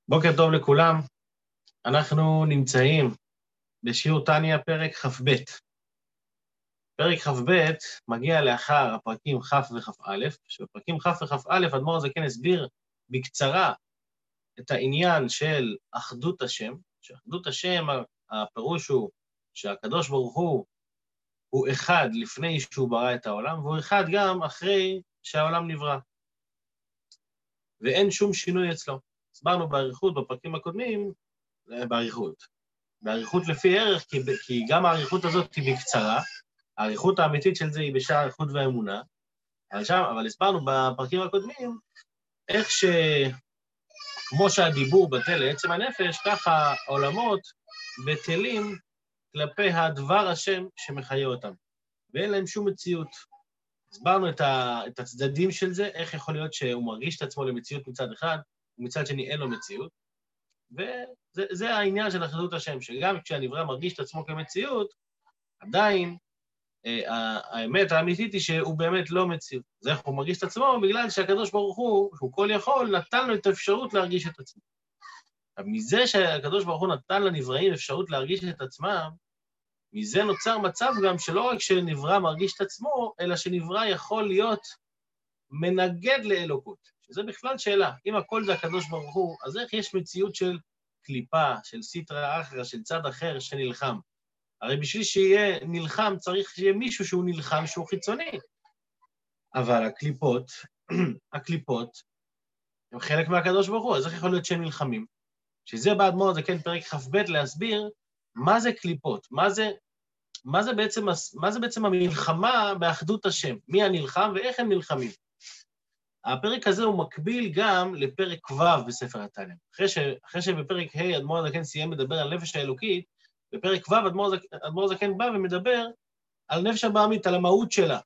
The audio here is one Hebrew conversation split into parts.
בוקר טוב לכולם, אנחנו נמצאים בשיעור תניא פרק כ"ב. פרק כ"ב מגיע לאחר הפרקים כ' וכ"א, שבפרקים כ' וכ"א אדמו"ר הזקן הסביר בקצרה את העניין של אחדות השם, שאחדות השם הפירוש הוא שהקדוש ברוך הוא אחד לפני שהוא ברא את העולם, והוא אחד גם אחרי שהעולם נברא, ואין שום שינוי אצלו. הסברנו באריכות בפרקים הקודמים, באריכות לפי ערך, כי גם האריכות הזאת היא בקצרה, האריכות האמיתית של זה היא בשער האריכות והאמונה, אבל הסברנו בפרקים הקודמים, איך כמו שהדיבור בטל לעצם הנפש, ככה העולמות בטלים כלפי הדבר השם שמחיה אותם, ואין להם שום מציאות. הסברנו את הצדדים של זה, איך יכול להיות שהוא מרגיש את עצמו למציאות מצד אחד, ומצד שני אין לו מציאות, וזה העניין של אחדות השם, שגם כשהנברא מרגיש את עצמו כמציאות, עדיין האמת האמיתית היא שהוא באמת לא מציאות. זה איך הוא מרגיש את עצמו, בגלל שהקדוש ברוך הוא כל יכול, נתן לו את האפשרות להרגיש את עצמו. מזה שהקדוש ברוך הוא נתן לנבראים אפשרות להרגיש את עצמם, מזה נוצר מצב גם שלא רק שנברא מרגיש את עצמו, אלא שנברא יכול להיות מנגד לאלוקות. שזה בכלל שאלה. אם הכל זה הקדוש ברוך הוא, אז איך יש מציאות של קליפה, של סיטרא אחרא, של צד אחר שנלחם? הרי בשביל שיהיה נלחם צריך שיהיה מישהו שהוא נלחם, שהוא חיצוני. אבל הקליפות, הם חלק מהקדוש ברוך הוא, אז איך יכול להיות שהם נלחמים? שזה באדמו"ר הזקן פרק כ"ב להסביר מה זה קליפות, מה זה בעצם המלחמה באחדות השם, מי הנלחם ואיך הם נלחמים. הפרק הזה הוא מקביל גם לפרק ו' בספר התניא. אחרי שבפרק ה' אדמו"ר הזקן סיים לדבר על נפש האלוקית, בפרק ו' אדמו"ר הזקן בא ומדבר על נפש הבעמית, על המהות שלה,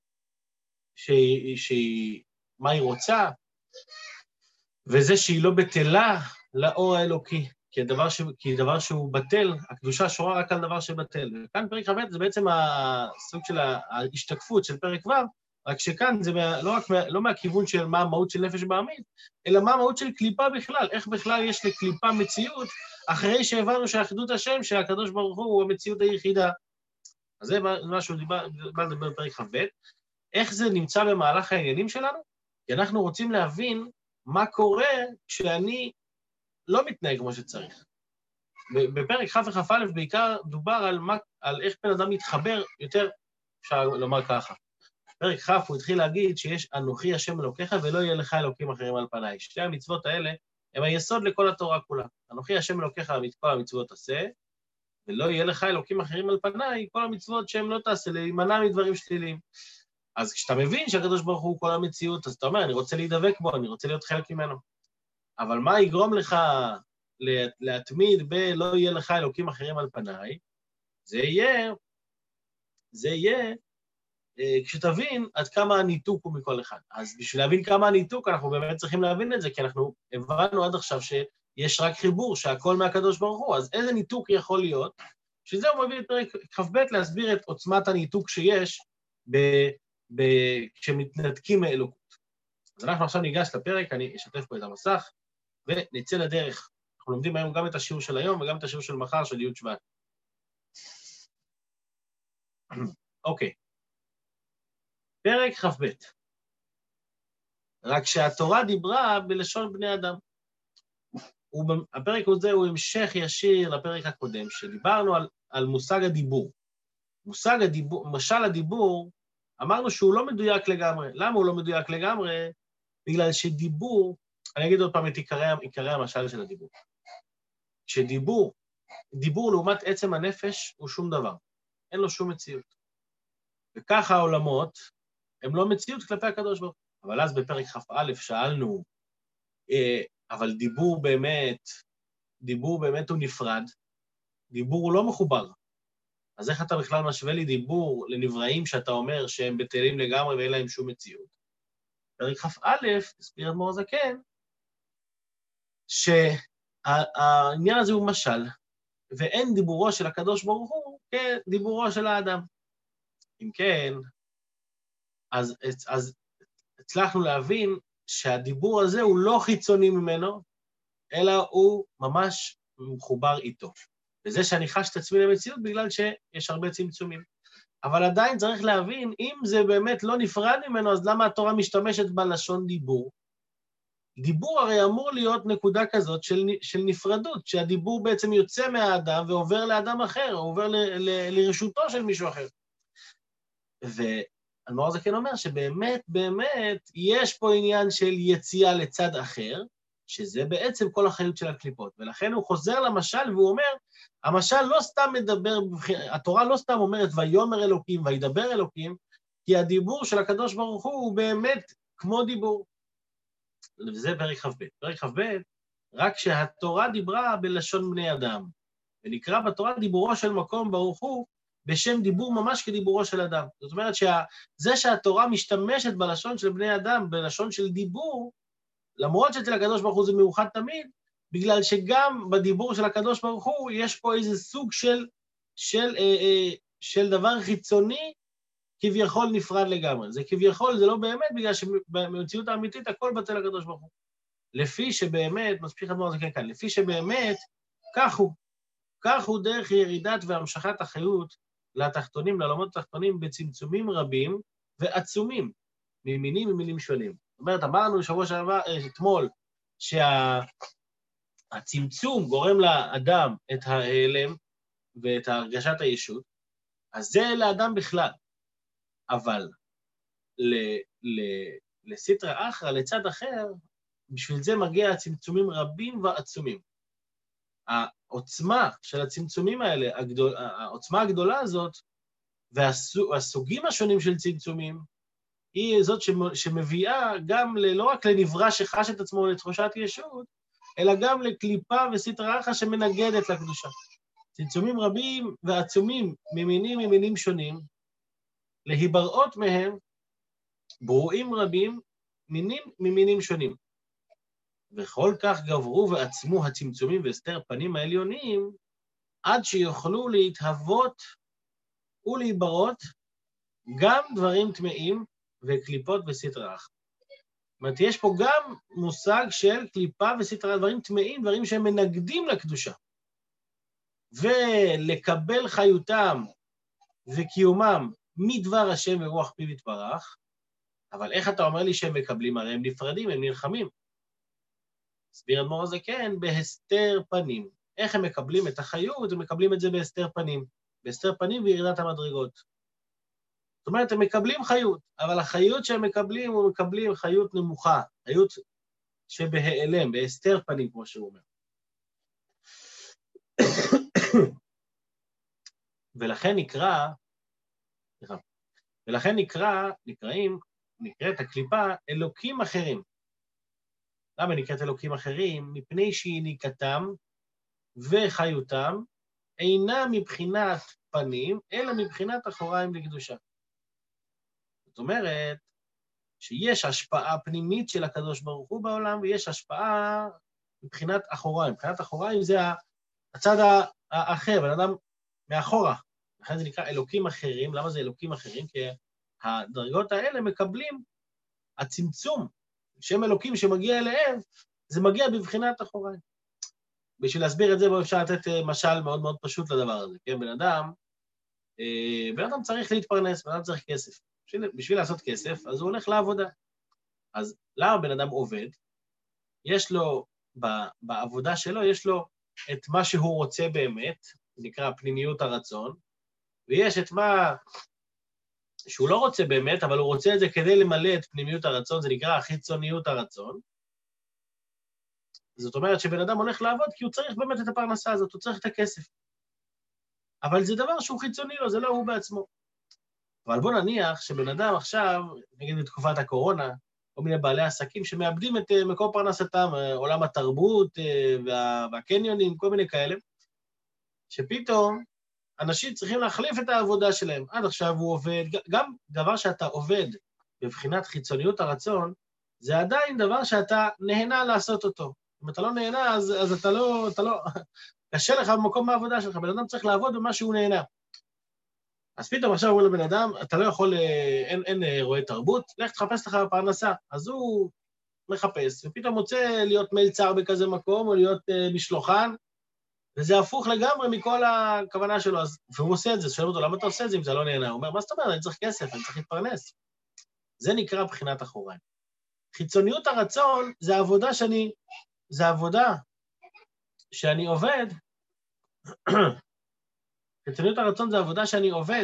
מה היא רוצה, וזה שהיא לא בטלה לאור האלוקי, כי דבר שהוא בטל, הקדושה שורה רק על דבר שבטל. וכאן פרק כ"ב זה בעצם הסוג של ההשתקפות של פרק ו', רק שכאן זה לא מהכיוון של מה המהות של נפש בעמית, אלא מה המהות של קליפה בכלל, איך בכלל יש לקליפה מציאות, אחרי שהבנו שאחדות השם, שהקדוש ברוך הוא המציאות היחידה. אז זה מה שהוא בא לדבר בפרק כ"ב. איך זה נמצא במהלך העניינים שלנו? כי אנחנו רוצים להבין מה קורה כשאני לא מתנהג כמו שצריך. בפרק כ' וכ"א בעיקר דובר על איך בן אדם מתחבר יותר, אפשר לומר ככה. פרק כ' הוא התחיל להגיד שיש אנוכי השם אלוקיך ולא יהיה לך אלוקים אחרים על פניי. שתי המצוות האלה הם היסוד לכל התורה כולה. אנוכי השם אלוקיך כל המצוות עשה, ולא יהיה לך אלוקים אחרים על פניי, כל המצוות שהם לא תעשה, להימנע מדברים שליליים. אז כשאתה מבין שהקדוש ברוך הוא כל המציאות, אז אתה אומר, אני רוצה להידבק בו, אני רוצה להיות חלק ממנו. אבל מה יגרום לך להתמיד בלא יהיה לך אלוקים אחרים על פניי? זה יהיה כשתבין עד כמה הניתוק הוא מכל אחד. אז בשביל להבין כמה הניתוק, אנחנו באמת צריכים להבין את זה, כי אנחנו הבנו עד עכשיו שיש רק חיבור, שהכל מהקדוש ברוך הוא, אז איזה ניתוק יכול להיות? שזה הוא מביא את פרק כ"ב להסביר את עוצמת הניתוק שיש כשמתנתקים מאלוקות. אז אנחנו עכשיו ניגש לפרק, אני אשתף פה את המסך, ונצא לדרך. אנחנו לומדים היום גם את השיעור של היום, וגם את השיעור של מחר, של י' שבט. אוקיי. פרק כ"ב. רק שהתורה דיברה בלשון בני אדם. הפרק הזה הוא המשך ישיר לפרק הקודם, שדיברנו על מושג הדיבור. משל הדיבור, אמרנו שהוא לא מדויק לגמרי. למה הוא לא מדויק לגמרי? בגלל שדיבור, אני אגיד עוד פעם את עיקרי המשל של הדיבור. דיבור לעומת עצם הנפש הוא שום דבר. אין לו שום מציאות. וככה העולמות, הם לא מציאות כלפי הקדוש ברוך הוא. אבל אז בפרק כ"א שאלנו, אבל דיבור באמת הוא נפרד, דיבור הוא לא מחובר. אז איך אתה בכלל משווה לי דיבור לנבראים שאתה אומר שהם בטלים לגמרי ואין להם שום מציאות? פרק כ"א, הסביר אדמו"ר הזקן, שהעניין הזה הוא משל, ואין דיבורו של הקדוש ברוך הוא כדיבורו של האדם. אם כן, אז הצלחנו להבין שהדיבור הזה הוא לא חיצוני ממנו, אלא הוא ממש מחובר איתו. וזה שאני חש את עצמי למציאות בגלל שיש הרבה צמצומים. אבל עדיין צריך להבין, אם זה באמת לא נפרד ממנו, אז למה התורה משתמשת בלשון דיבור? דיבור הרי אמור להיות נקודה כזאת של נפרדות, שהדיבור בעצם יוצא מהאדם ועובר לאדם אחר, או עובר לרשותו של מישהו אחר. ואדמו"ר הזקן אומר שבאמת, באמת, יש פה עניין של יציאה לצד אחר, שזה בעצם כל החיות של הקליפות. ולכן הוא חוזר למשל והוא אומר, המשל לא סתם מדבר, התורה לא סתם אומרת ויאמר אלוקים וידבר אלוקים, כי הדיבור של הקדוש ברוך הוא באמת כמו דיבור. וזה פרק כ"ב. פרק כ"ב, רק שהתורה דיברה בלשון בני אדם, ונקרא בתורה דיבורו של מקום ברוך הוא, בשם דיבור ממש כדיבורו של אדם. זאת אומרת שזה שהתורה משתמשת בלשון של בני אדם, בלשון של דיבור, למרות שאצל הקדוש ברוך הוא זה מאוחד תמיד, בגלל שגם בדיבור של הקדוש ברוך הוא יש פה איזה סוג של דבר חיצוני, כביכול נפרד לגמרי. זה כביכול, זה לא באמת, בגלל שבמציאות האמיתית הכל בטל הקדוש ברוך הוא. לפי שבאמת, מספיק אדמו"ר הזקן כאן, לפי שבאמת, כך הוא דרך ירידת והמשכת החיות לתחתונים, לעולמות התחתונים, בצמצומים רבים ועצומים, ממינים שונים. זאת אומרת, אמרנו שבוע שעבר, אתמול, שהצמצום גורם לאדם את ההיעלם ואת הרגשת הישות, אז זה לאדם בכלל. אבל לסטרא אחרא, לצד אחר, בשביל זה מגיע הצמצומים רבים ועצומים. העוצמה של הצמצומים האלה, העוצמה הגדולה הזאת, והסוגים השונים של צמצומים, היא זאת שמביאה גם לא רק לנברא שחש את עצמו לתחושת ישות, אלא גם לקליפה וסטרא אחרא שמנגדת לקדושה. צמצומים רבים ועצומים ממינים שונים, להיבראות מהם ברואים רבים ממינים שונים. וכל כך גברו ועצמו הצמצומים והסתר פנים העליונים, עד שיוכלו להתהוות ולהיברות גם דברים טמאים וקליפות וסטרא אחרא. זאת אומרת, יש פה גם מושג של קליפה וסטרא, דברים טמאים, דברים שהם מנגדים לקדושה. ולקבל חיותם וקיומם מדבר השם ורוח פיו יתברך, אבל איך אתה אומר לי שהם מקבלים? הרי הם נפרדים, הם נלחמים. הסביר אדמו"ר הזקן, בהסתר פנים. איך הם מקבלים את החיות? הם מקבלים את זה בהסתר פנים. בהסתר פנים וירידת המדרגות. זאת אומרת, הם מקבלים חיות, אבל החיות שהם מקבלים, הם מקבלים חיות נמוכה, חיות שבהיעלם, בהסתר פנים, כמו שהוא אומר. ולכן נקראת הקליפה אלוקים אחרים. למה נקראת אלוקים אחרים? מפני שיניקתם וחיותם אינה מבחינת פנים, אלא מבחינת אחוריים לקדושה. זאת אומרת, שיש השפעה פנימית של הקדוש ברוך הוא בעולם, ויש השפעה מבחינת אחוריים. מבחינת אחוריים זה הצד האחר, בן אדם מאחורה. לכן זה נקרא אלוקים אחרים. למה זה אלוקים אחרים? כי הדרגות האלה מקבלים הצמצום, שם אלוקים שמגיע אליהם, זה מגיע בבחינת אחוריים. בשביל להסביר את זה, בוא אפשר לתת משל מאוד מאוד פשוט לדבר הזה. כן, בן אדם צריך להתפרנס, בן אדם צריך כסף. בשביל לעשות כסף, אז הוא הולך לעבודה. אז למה בן אדם עובד? יש לו, בעבודה שלו, יש לו את מה שהוא רוצה באמת, זה נקרא פנימיות הרצון, ויש את מה שהוא לא רוצה באמת, אבל הוא רוצה את זה כדי למלא את פנימיות הרצון, זה נקרא חיצוניות הרצון. זאת אומרת שבן אדם הולך לעבוד כי הוא צריך באמת את הפרנסה הזאת, הוא צריך את הכסף. אבל זה דבר שהוא חיצוני לו, זה לא הוא בעצמו. אבל בוא נניח שבן אדם עכשיו, נגיד בתקופת הקורונה, כל מיני בעלי עסקים שמאבדים את מקור פרנסתם, עולם התרבות והקניונים, כל מיני כאלה, שפתאום אנשים צריכים להחליף את העבודה שלהם. עד עכשיו הוא עובד, גם דבר שאתה עובד בבחינת חיצוניות הרצון, זה עדיין דבר שאתה נהנה לעשות אותו. אם אתה לא נהנה, אז אתה לא, קשה לך במקום העבודה שלך, בן אדם צריך לעבוד במה שהוא נהנה. אז פתאום עכשיו אומר לבן אדם, אתה לא יכול, אין רואה תרבות, לך תחפש לך פרנסה. אז הוא מחפש, ופתאום מוצא להיות מלצר בכזה מקום, או להיות משלוחן, וזה הפוך לגמרי מכל הכוונה שלו, והוא עושה את זה, שואלים אותו, למה אתה עושה את זה אם זה לא נהנה? הוא אומר, מה זאת אומרת? אני צריך כסף, אני צריך להתפרנס. זה נקרא בחינת אחוריים. חיצוניות הרצון זה עבודה שאני עובד, חיצוניות הרצון זה עבודה שאני עובד,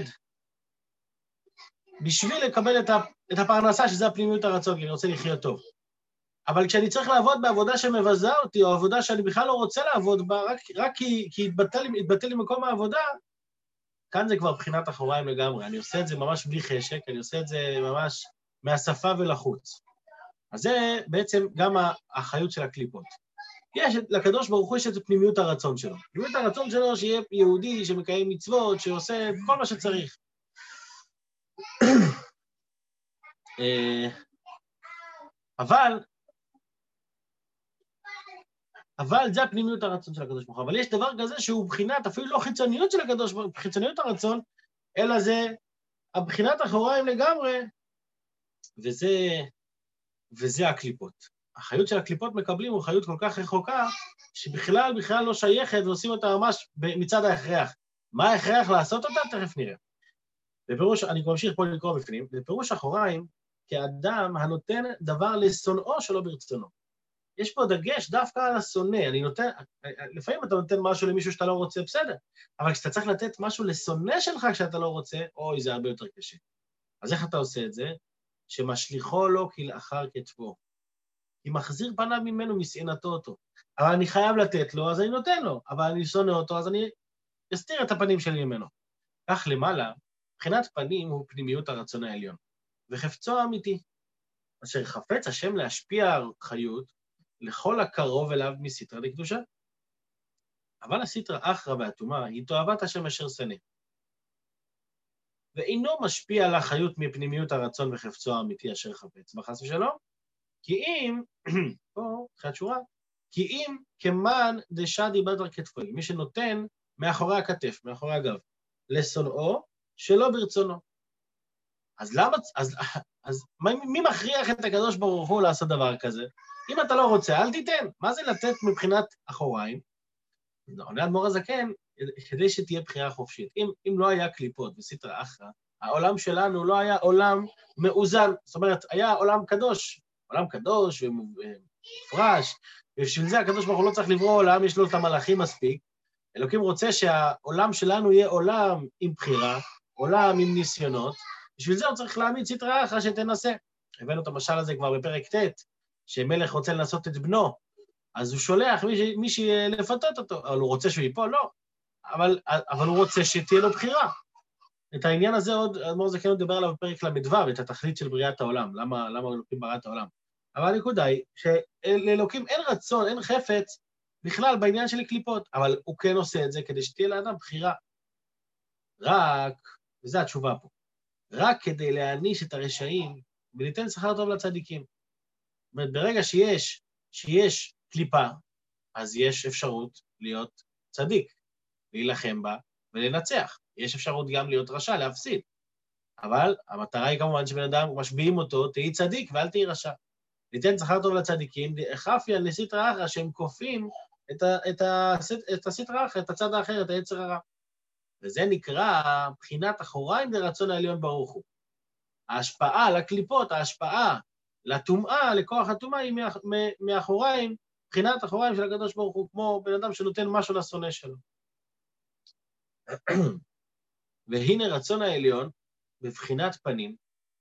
בשביל לקבל את הפרנסה, שזה הפנימיות הרצון, כי אני רוצה לחיות טוב. אבל כשאני צריך לעבוד בעבודה שמבזה אותי, או עבודה שאני בכלל לא רוצה לעבוד בה, רק כי התבטל לי מקום העבודה, כאן זה כבר בחינת אחוריים לגמרי. אני עושה את זה ממש בלי חשק, אני עושה את זה ממש מהשפה ולחוץ. אז זה בעצם גם האחריות של הקליפות. לקדוש ברוך הוא יש את פנימיות הרצון שלו. פנימיות הרצון שלו שיהיה יהודי שמקיים מצוות, שעושה כל מה שצריך. אבל זה הפנימיות הרצון של הקדוש ברוך הוא. אבל יש דבר כזה שהוא בחינת, אפילו לא חיצוניות של הקדוש ברוך הוא, חיצוניות הרצון, אלא זה הבחינת אחוריים לגמרי, וזה הקליפות. החיות של הקליפות מקבלים הוא חיות כל כך רחוקה, שבכלל לא שייכת, ועושים אותה ממש מצד ההכרח. מה ההכרח לעשות אותה? תכף נראה. בפירוש, אני ממשיך פה לקרוא בפנים, בפירוש אחוריים, כאדם הנותן דבר לשונאו שלא ברצונו. יש פה דגש דווקא על השונא, לפעמים אתה נותן משהו למישהו שאתה לא רוצה, בסדר, אבל כשאתה צריך לתת משהו לשונא שלך כשאתה לא רוצה, אוי, זה הרבה יותר קשה. אז איך אתה עושה את זה? שמשליחו לו כלאחר כתפו. כי מחזיר פניו ממנו משנאתו אותו. אבל אני חייב לתת לו, אז אני נותן לו, אבל אני שונא אותו, אז אני אסתיר את הפנים שלי ממנו. כך למעלה, מבחינת פנים הוא פנימיות הרצון העליון, וחפצו האמיתי, אשר חפץ השם להשפיע על חיות, לכל הקרוב אליו מסתרא דקדושה. אבל הסתרא אחרא והטומאה היא תועבת השם אשר שנא. ואינו משפיע על החיות מפנימיות הרצון וחפצו האמיתי אשר חפץ, בחס ושלום. כי אם, פה, תחילת שורה, כי אם כמן דשדי בדר כתפוי, מי שנותן מאחורי הכתף, מאחורי הגב, לשונאו שלא ברצונו. אז למה, אז מי מכריח את הקדוש ברוך הוא לעשות דבר כזה? אם אתה לא רוצה, אל תיתן. מה זה לתת מבחינת אחוריים? עונה אדמו"ר הזקן, כדי שתהיה בחירה חופשית. אם לא היה קליפות וסתרא אחרא, העולם שלנו לא היה עולם מאוזן. זאת אומרת, היה עולם קדוש ומופרש, ובשביל זה הקדוש ברוך הוא לא צריך לברוא עולם, יש לו את המלאכים מספיק. אלוקים רוצה שהעולם שלנו יהיה עולם עם בחירה, עולם עם ניסיונות, בשביל זה הוא צריך להעמיד סתרא אחרא שתנסה. הבאנו את המשל הזה כבר בפרק ט', שמלך רוצה לנסות את בנו, אז הוא שולח מישהי לפתות אותו, אבל הוא רוצה שהוא ייפול, לא, אבל הוא רוצה שתהיה לו בחירה. את העניין הזה עוד, אדמו"ר הזקן מדבר עליו בפרק ל"ו, את התכלית של בריאת העולם, למה אלוקים ברא את העולם. אבל הנקודה היא שלאלוקים אין רצון, אין חפץ, בכלל בעניין של קליפות, אבל הוא כן עושה את זה כדי שתהיה לאדם בחירה. וזו התשובה פה, רק כדי להעניש את הרשעים וליתן שכר טוב לצדיקים. זאת אומרת, ברגע שיש קליפה, אז יש אפשרות להיות צדיק, להילחם בה ולנצח. יש אפשרות גם להיות רשע, להפסיד. אבל המטרה היא כמובן שבן אדם משביעים אותו, תהי צדיק ואל תהי רשע. ניתן שכר טוב לצדיקים, חפיה לסתרא אחרא, שהם כופים את הסתרא אחרא, את הצד האחר, את היצר הרע. וזה נקרא בחינת אחוריים דרצון העליון ברוך הוא. ההשפעה לקליפות, ההשפעה לטומאה, לכוח הטומאה, היא מאחוריים, בחינת אחוריים של הקדוש ברוך הוא, כמו בן אדם שנותן משהו לשונא שלו. והנה רצון העליון, בבחינת פנים,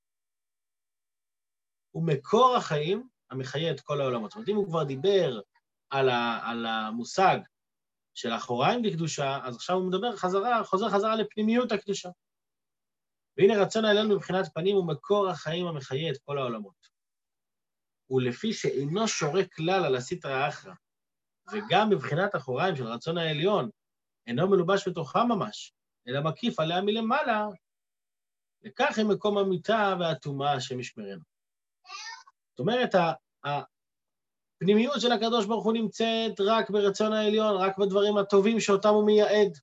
הוא מקור החיים המחיה את כל העולמות. זאת אומרת, אם הוא כבר דיבר על המושג של אחוריים בקדושה, אז עכשיו הוא מדבר חוזר חזרה לפנימיות הקדושה. והנה רצון העליון בבחינת פנים הוא מקור החיים המחיה את כל העולמות. ולפי שאינו שורק כלל על הסתרא אחרא, וגם בבחינת אחוריים של רצון העליון, אינו מלובש בתוכה ממש, אלא מקיף עליה מלמעלה, וכך היא מקום המיתה והטומאה השם ישמרנו. זאת אומרת, הפנימיות של הקדוש ברוך הוא נמצאת רק ברצון העליון, רק בדברים הטובים שאותם הוא מייעד.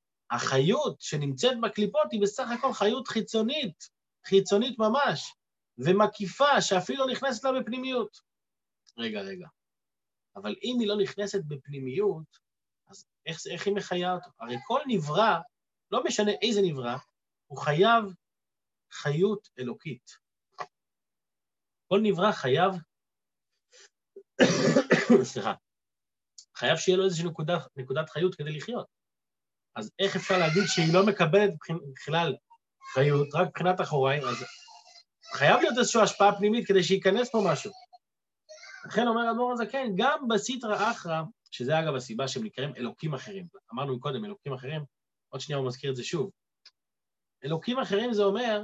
החיות שנמצאת בקליפות היא בסך הכל חיות חיצונית ממש. ומקיפה שאפילו לא נכנסת לה בפנימיות. רגע. אבל אם היא לא נכנסת בפנימיות, אז איך היא מחיה אותו? הרי כל נברא, לא משנה איזה נברא, הוא חייב חיות אלוקית. כל נברא חייב, סליחה, חייב שיהיה לו איזושהי נקודת חיות כדי לחיות. אז איך אפשר להגיד שהיא לא מקבלת בכלל חיות, רק מבחינת אחוריים, אז חייב להיות איזושהי השפעה פנימית כדי שייכנס פה משהו. לכן אומר אדמו"ר הזקן, גם בסטרא אחרא, שזה אגב הסיבה שהם נקראים אלוקים אחרים. אמרנו קודם, אלוקים אחרים, עוד שנייה הוא מזכיר את זה שוב. אלוקים אחרים זה אומר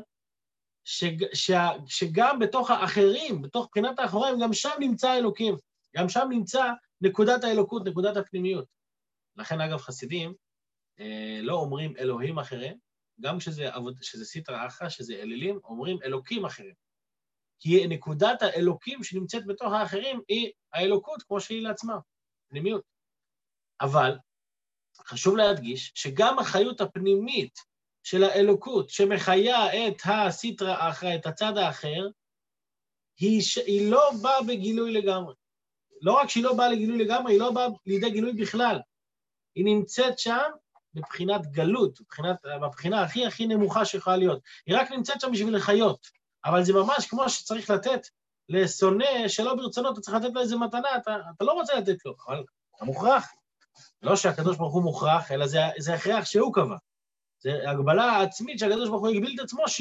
שגם בתוך האחרים, בתוך בחינת האחוריים, גם שם נמצא אלוקים, גם שם נמצא נקודת האלוקות, נקודת הפנימיות. לכן אגב חסידים לא אומרים אלוהים אחרים, גם שזה סטרא אחרא, שזה אלילים, אומרים אלוקים אחרים. כי נקודת האלוקים שנמצאת בתוך האחרים היא האלוקות כמו שהיא לעצמה, פנימיות. אבל חשוב להדגיש שגם החיות הפנימית של האלוקות שמחיה את הסטרא אחרא, את הצד האחר, היא לא באה בגילוי לגמרי. לא רק שהיא לא באה לגילוי לגמרי, היא לא באה לידי גילוי בכלל. היא נמצאת שם בבחינת גלות, בבחינה הכי נמוכה שיכולה להיות. היא רק נמצאת שם בשביל לחיות. אבל זה ממש כמו שצריך לתת לשונא שלא ברצונו, אתה צריך לתת לו איזה מתנה, אתה לא רוצה לתת לו, אבל אתה מוכרח. לא שהקדוש ברוך הוא מוכרח, אלא זה הכרח שהוא קבע. זה הגבלה העצמית שהקדוש ברוך הוא יגביל את עצמו,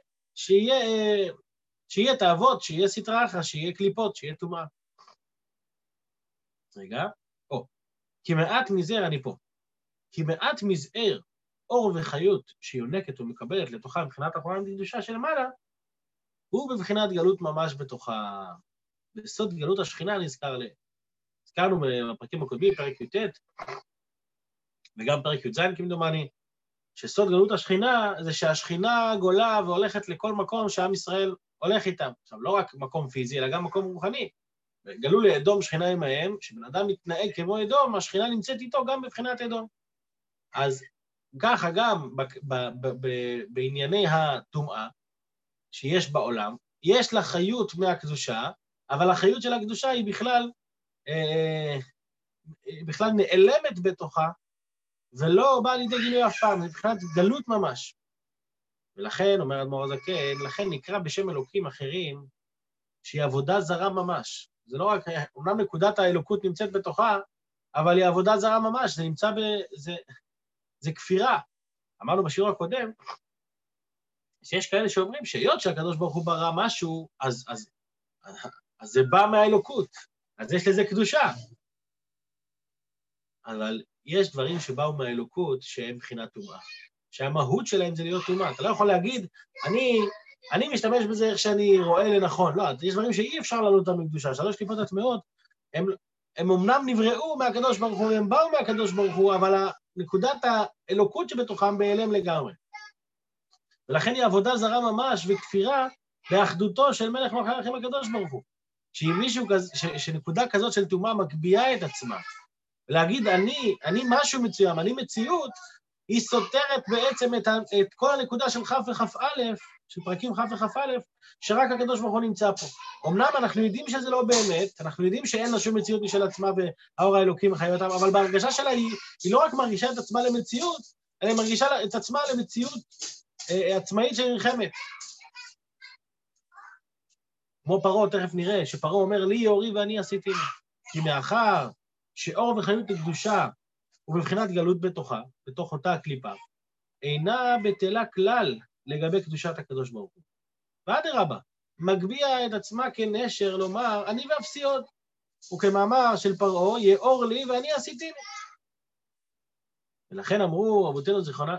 שיהיה תאוות, שיהיה סטרא אחרא, שיהיה קליפות, שיהיה טומאה. רגע, כי מעט מזער, אני פה. כי מעט מזער, אור וחיות שיונקת ומקבלת לתוכה מבחינת אחוריים קדושה של מעלה, הוא בבחינת גלות ממש בתוכה. בסוד גלות השכינה הזכרנו בפרקים הקודמים, פרק י"ט, וגם פרק י"ז כמדומני, שסוד גלות השכינה זה שהשכינה גולה והולכת לכל מקום שעם ישראל הולך איתם. עכשיו, לא רק מקום פיזי, אלא גם מקום רוחני. גלו לאדום שכינה עמהם, שבן אדם מתנהג כמו אדום, השכינה נמצאת איתו גם בבחינת אדום. אז ככה גם בענייני הטומאה שיש בעולם, יש לה חיות מהקדושה, אבל החיות של הקדושה היא בכלל נעלמת בתוכה, ולא באה לידי גילוי אף פעם, מבחינת גלות ממש. ולכן, אומר אדמו"ר הזקן, לכן נקרא בשם אלוקים אחרים, שהיא עבודה זרה ממש. זה לא רק, אומנם נקודת האלוקות נמצאת בתוכה, אבל היא עבודה זרה ממש, זה כפירה. אמרנו בשיעור הקודם, שיש כאלה שאומרים שהיות שהקדוש ברוך הוא ברא משהו, אז זה בא מהאלוקות, אז יש לזה קדושה. אבל יש דברים שבאו מהאלוקות שהם מבחינת טומאה, שהמהות שלהם זה להיות טומאה. אתה לא יכול להגיד, אני משתמש בזה איך שאני רואה לנכון. לא, יש דברים שאי אפשר לעלות אותם מקדושה. 3 קליפות הטמאות, הם אמנם נבראו מהקדוש ברוך הוא, הם באו מהקדוש ברוך הוא, אבל נקודת האלוקות שבתוכם בהיעלם לגמרי. ולכן היא עבודה זרה ממש וכפירה באחדותו של מלך מלכי המלכים הקדוש ברוך הוא. שאם מישהו שנקודה כזאת של טומאה מגביהה את עצמה, ולהגיד אני משהו מצוים, אני מציאות, היא סותרת בעצם את כל הנקודה של כ' וכ"א, של פרקים כ' וכ"א, שרק הקדוש ברוך הוא נמצא פה. אמנם אנחנו יודעים שזה לא באמת, אנחנו יודעים שאין לה שום מציאות משל עצמה והאור האלוקים מחיה אותם, אבל בהרגשה שלה היא לא רק מרגישה את עצמה למציאות, אלא היא מרגישה את עצמה למציאות עצמאית שנלחמת. כמו פרעה, תכף נראה, שפרעה אומר לי אורי ואני עשיתי לי. כי מאחר שאור וחיות לקדושה ובבחינת גלות בתוכה, בתוך אותה הקליפה, אינה בטלה כלל לגבי קדושת הקדוש ברוך הוא. ואדרבה, מגביה את עצמה כנשר לומר, אני ואפסי עוד. וכמאמר של פרעה, יאור לי ואני עשיתי לי. ולכן אמרו רבותינו זיכרונם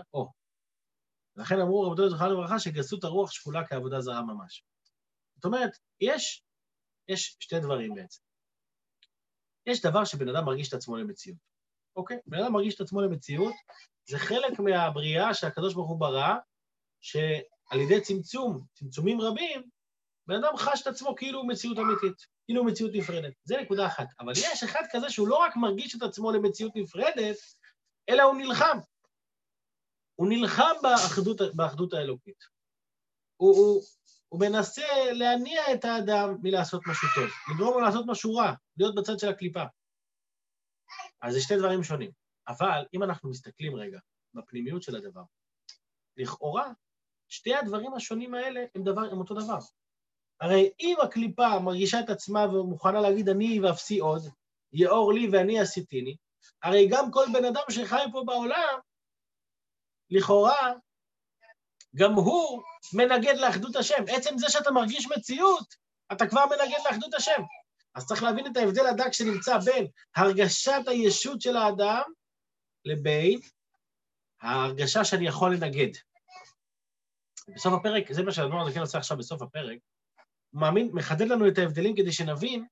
לברכה שגסות הרוח שקולה כעבודה זרה ממש. זאת אומרת, יש שתי דברים בעצם. יש דבר שבן אדם מרגיש את עצמו למציאות. אוקיי? בן אדם מרגיש את עצמו למציאות, זה חלק מהבריאה שהקדוש ברוך הוא ברא, שעל ידי צמצומים רבים, בן אדם חש את עצמו כאילו מציאות אמיתית, כאילו מציאות נפרדת. זה נקודה אחת. אבל יש אחד כזה שהוא לא רק מרגיש את עצמו למציאות נפרדת, אלא הוא נלחם. הוא נלחם באחדות האלוקית. הוא מנסה להניע את האדם מלעשות משהו טוב, לגרום לו לעשות משהו רע, להיות בצד של הקליפה. אז זה שתי דברים שונים. אבל אם אנחנו מסתכלים רגע בפנימיות של הדבר, לכאורה, שתי הדברים השונים האלה הם אותו דבר. הרי אם הקליפה מרגישה את עצמה ומוכנה להגיד אני ואפסי עוד, יאור לי ואני עשיתיני, הרי גם כל בן אדם שחי פה בעולם, לכאורה, גם הוא מנגד לאחדות השם. עצם זה שאתה מרגיש מציאות, אתה כבר מנגד לאחדות השם. אז צריך להבין את ההבדל הדק שנמצא בין הרגשת הישות של האדם לבין ההרגשה שאני יכול לנגד. בסוף הפרק, זה מה שהאדמו"ר הזקן עושה עכשיו בסוף הפרק, הוא מחדד לנו את ההבדלים כדי שנבין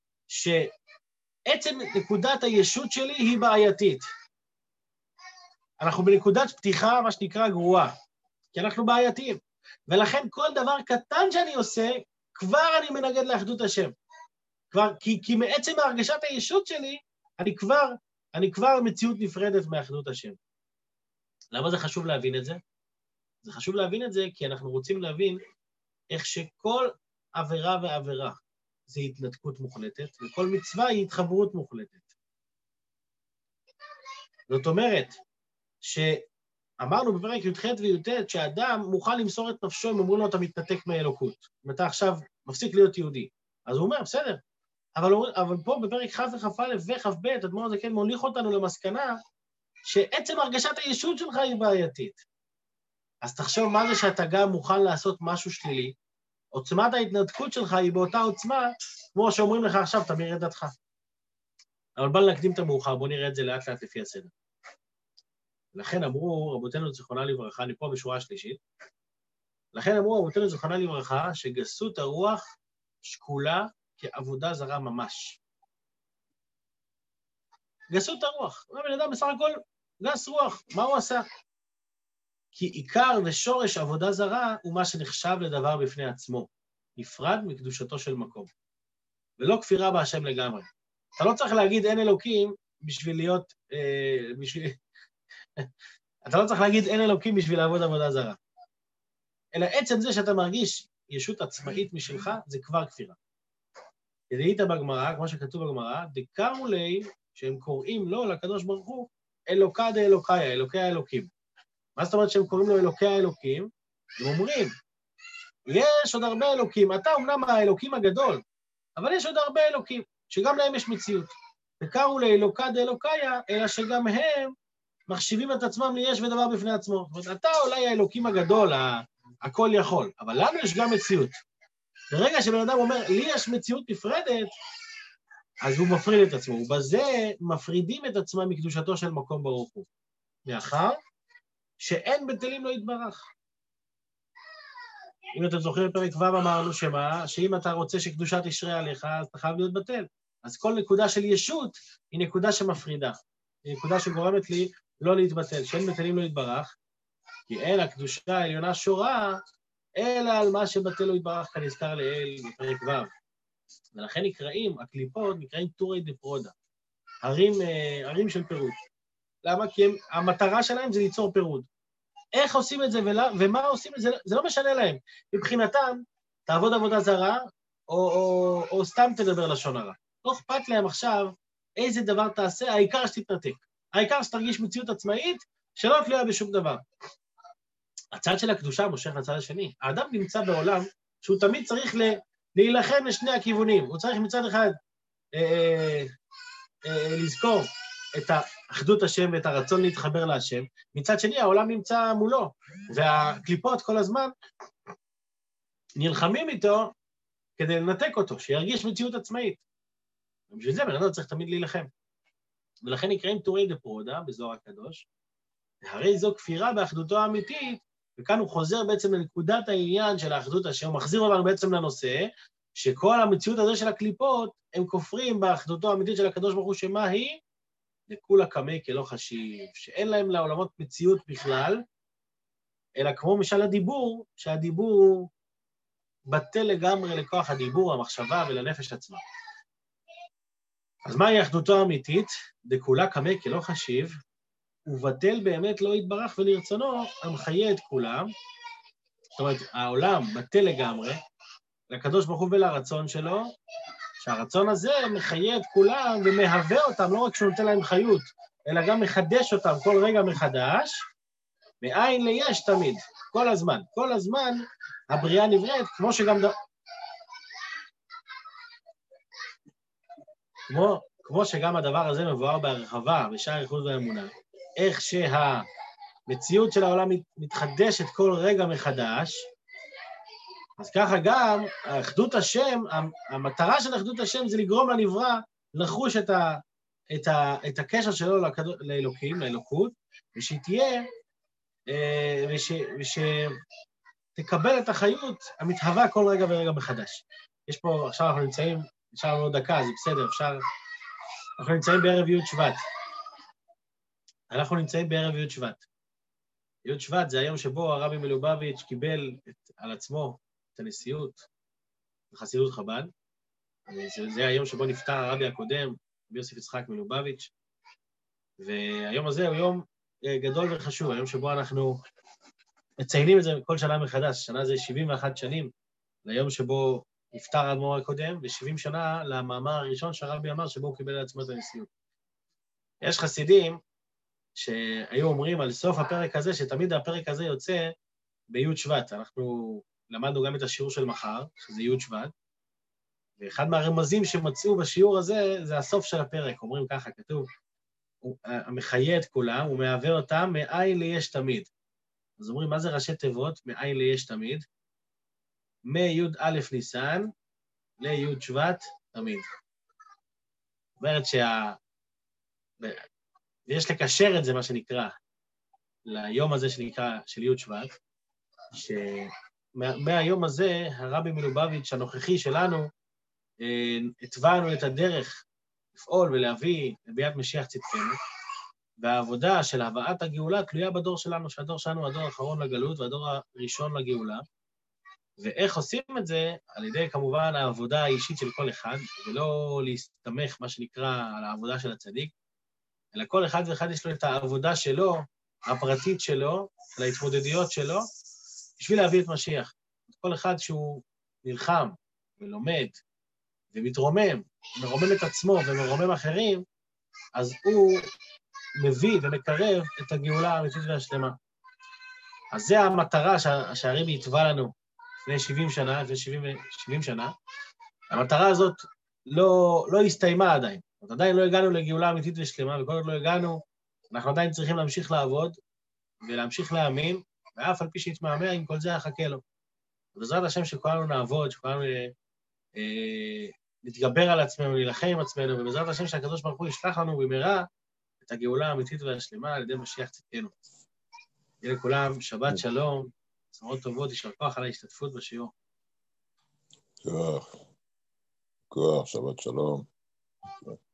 שעצם נקודת הישות שלי היא בעייתית. אנחנו בנקודת פתיחה, מה שנקרא גרועה, כי אנחנו בעייתיים. ולכן כל דבר קטן שאני עושה, כבר אני מנגד לאחדות השם. כי מעצם הרגשת הישות שלי, אני כבר מציאות נפרדת מאחדות השם. למה זה חשוב להבין את זה? זה חשוב להבין את זה כי אנחנו רוצים להבין איך שכל עבירה ועבירה זה התנתקות מוחלטת, וכל מצווה היא התחברות מוחלטת. זאת אומרת, שאמרנו בפרק י"ח וי"ט, שהאדם מוכן למסור את נפשו אם אומרים לו אתה מתנתק מאלוקות. אם אתה עכשיו מפסיק להיות יהודי. אז הוא אומר, בסדר. אבל פה בפרק כ' וכ"א וכ"ב, האדמו"ר הזקן מוליך אותנו למסקנה שעצם הרגשת הישות שלך היא בעייתית. אז תחשוב מה זה שאתה גם מוכן לעשות משהו שלילי, עוצמת ההתנתקות שלך היא באותה עוצמה, כמו שאומרים לך עכשיו, תמיר את דתך. אבל בוא נקדים את המאוחר, בוא נראה את זה לאט לאט לפי הסדר. לכן אמרו רבותינו זיכרונם לברכה, אני פה בשורה השלישית, לכן אמרו רבותינו זיכרונם לברכה, שגסות הרוח שקולה כעבודה זרה ממש. גסות הרוח, בן אדם בסך הכל גס רוח, מה הוא עשה? כי עיקר ושורש עבודה זרה הוא מה שנחשב לדבר בפני עצמו, נפרד מקדושתו של מקום, ולא כפירה בהשם לגמרי. אתה לא צריך להגיד אין אלוקים בשביל להיות, אתה לא צריך להגיד אין אלוקים בשביל לעבוד עבודה זרה. אלא עצם זה שאתה מרגיש ישות עצמאית משלך, זה כבר כפירה. כדאית בגמרא, כמו שכתוב בגמרא, דקרו לי, שהם קוראים לו, לקדוש ברוך הוא, אלוקה דאלוקיה, אלוקי האלוקים. מה זאת אומרת שהם קוראים לו אלוקי האלוקים? הם אומרים, יש עוד הרבה אלוקים, אתה אומנם האלוקים הגדול, אבל יש עוד הרבה אלוקים, שגם להם יש מציאות. וקראו לאלוקה דאלוקיה, אלא שגם הם מחשיבים את עצמם ליש ודבר בפני עצמו. זאת אומרת, אתה אולי האלוקים הגדול, הכל יכול, אבל לנו יש גם מציאות. ברגע שבן אדם אומר, לי יש מציאות נפרדת, אז הוא מפריד את עצמו, ובזה מפרידים את עצמם מקדושתו של מקום ברוך הוא. מאחר שאין בטלים לא יתברך. אם אתם זוכרים בפרק ו' אמרנו שאם אתה רוצה שקדושה תשרה עליך, אז אתה חייב להיות בטל. אז כל נקודה של ישות היא נקודה שמפרידה. היא נקודה שגורמת לי לא להתבטל, שאין בטלים לא יתברך, כי אין הקדושה העליונה שורה, אלא על מה שבטל לא יתברך כנזכר לאל בפרק ו'. ולכן הקליפות נקראים טורי דפרודה, הרים של פירוד. למה? כי המטרה שלהם זה ליצור פירוד. איך עושים את זה ומה עושים את זה, זה לא משנה להם. מבחינתם, תעבוד עבודה זרה, או סתם תדבר לשון הרע. לא אכפת להם עכשיו איזה דבר תעשה, העיקר שתתנתק. העיקר שתרגיש מציאות עצמאית, שלא תלויה בשום דבר. הצד של הקדושה מושך לצד השני. האדם נמצא בעולם שהוא תמיד צריך להילחם לשני הכיוונים. הוא צריך מצד אחד לזכור את האחדות השם ואת הרצון להתחבר להשם, מצד שני העולם נמצא מולו, והקליפות כל הזמן נלחמים איתו כדי לנתק אותו, שירגיש מציאות עצמאית. ובשביל זה בן אדם צריך תמיד להילחם. ולכן נקראים טורי דפרודה בזוהר הקדוש, והרי זו כפירה באחדותו האמיתית, וכאן הוא חוזר בעצם לנקודת העניין של האחדות השם, הוא מחזיר אותנו בעצם לנושא, שכל המציאות הזה של הקליפות, הם כופרים באחדותו האמיתית של הקדוש ברוך הוא, שמה היא? לכולה קמי כלא חשיב, שאין להם לעולמות מציאות בכלל, אלא כמו משל הדיבור, שהדיבור בטל לגמרי לכוח הדיבור, המחשבה ולנפש עצמה. אז מהי אחדותו האמיתית? דכולה קמי כלא חשיב, ובטל באמת לא יתברך ולרצונו, המחיה את כולם, זאת אומרת, העולם בטל לגמרי, לקדוש ברוך הוא ולרצון שלו, שהרצון הזה מחיה את כולם ומהווה אותם, לא רק שהוא נותן להם חיות, אלא גם מחדש אותם כל רגע מחדש, מאין ליש תמיד, כל הזמן. כל הזמן הבריאה נבראת, כמו שגם הדבר הזה מבואר בהרחבה, בשער ייחוד והאמונה, איך שהמציאות של העולם מתחדשת כל רגע מחדש, אז ככה גם אחדות השם, המטרה של אחדות השם זה לגרום לנברא לחוש את הקשר שלו לאלוקים, לאלוקות, ושהיא תהיה, ושתקבל את החיות המתהווה כל רגע ורגע מחדש. יש פה, עכשיו אנחנו נמצאים, נשאר לנו עוד דקה, זה בסדר, אנחנו נמצאים בערב י' שבט. אנחנו נמצאים בערב י' שבט. י' שבט זה היום שבו הרבי מלובביץ' קיבל על עצמו את הנשיאות בחסידות חב"ד. זה היום שבו נפטר הרבי הקודם, רבי יוסף יצחק מלובביץ'. והיום הזה הוא יום גדול וחשוב, היום שבו אנחנו מציינים את זה כל שנה מחדש. שנה זה 71 שנים ליום שבו נפטר האדמו"ר הקודם, ו70 שנה למאמר הראשון שהרבי אמר שבו הוא קיבל על עצמו את הנשיאות. יש חסידים שהיו אומרים על סוף הפרק הזה, שתמיד הפרק הזה יוצא בי' שבט. אנחנו למדנו גם את השיעור של מחר, שזה י' שבט, ואחד מהרמזים שמצאו בשיעור הזה, זה הסוף של הפרק. אומרים ככה, כתוב, המחיה את כולם, הוא מהווה אותם מאין ליש תמיד. אז אומרים, מה זה ראשי תיבות? מאין ליש תמיד? מי"א ניסן לי' שבט תמיד. זאת אומרת ויש לקשר את זה, מה שנקרא, ליום הזה שנקרא של י' שבט, שמהיום הזה הרבי מלובביץ' הנוכחי שלנו, התוונו את הדרך לפעול ולהביא לביאת משיח צדקנו, והעבודה של הבאת הגאולה תלויה בדור שלנו, שהדור שלנו הוא הדור האחרון לגלות והדור הראשון לגאולה, ואיך עושים את זה? על ידי כמובן העבודה האישית של כל אחד, ולא להסתמך מה שנקרא על העבודה של הצדיק, אלא כל אחד ואחד יש לו את העבודה שלו, הפרטית שלו, על ההתמודדויות שלו, בשביל להביא את משיח. כל אחד שהוא נלחם ולומד ומתרומם, מרומם את עצמו ומרומם אחרים, אז הוא מביא ומקרב את הגאולה האמיתית והשלמה. אז זה המטרה שהרבי התווה לנו לפני 70 שנה, לפני 70 שנה. המטרה הזאת לא הסתיימה עדיין. עדיין לא הגענו לגאולה אמיתית ושלמה, וכל עוד לא הגענו, אנחנו עדיין צריכים להמשיך לעבוד, ולהמשיך להאמין, ואף על פי שיתמהמה, עם כל זה יחכה לו. ובעזרת השם שכולנו נעבוד, שכולנו נתגבר על עצמנו, נלחם עם עצמנו, ובעזרת השם שהקדוש ברוך הוא ישלח לנו במהרה את הגאולה האמיתית והשלמה על ידי משיח צדקנו. יהיה לכולם שבת שלום, בשורות טובות, יישר כוח על ההשתתפות בשיעור. כוח, שבת שלום.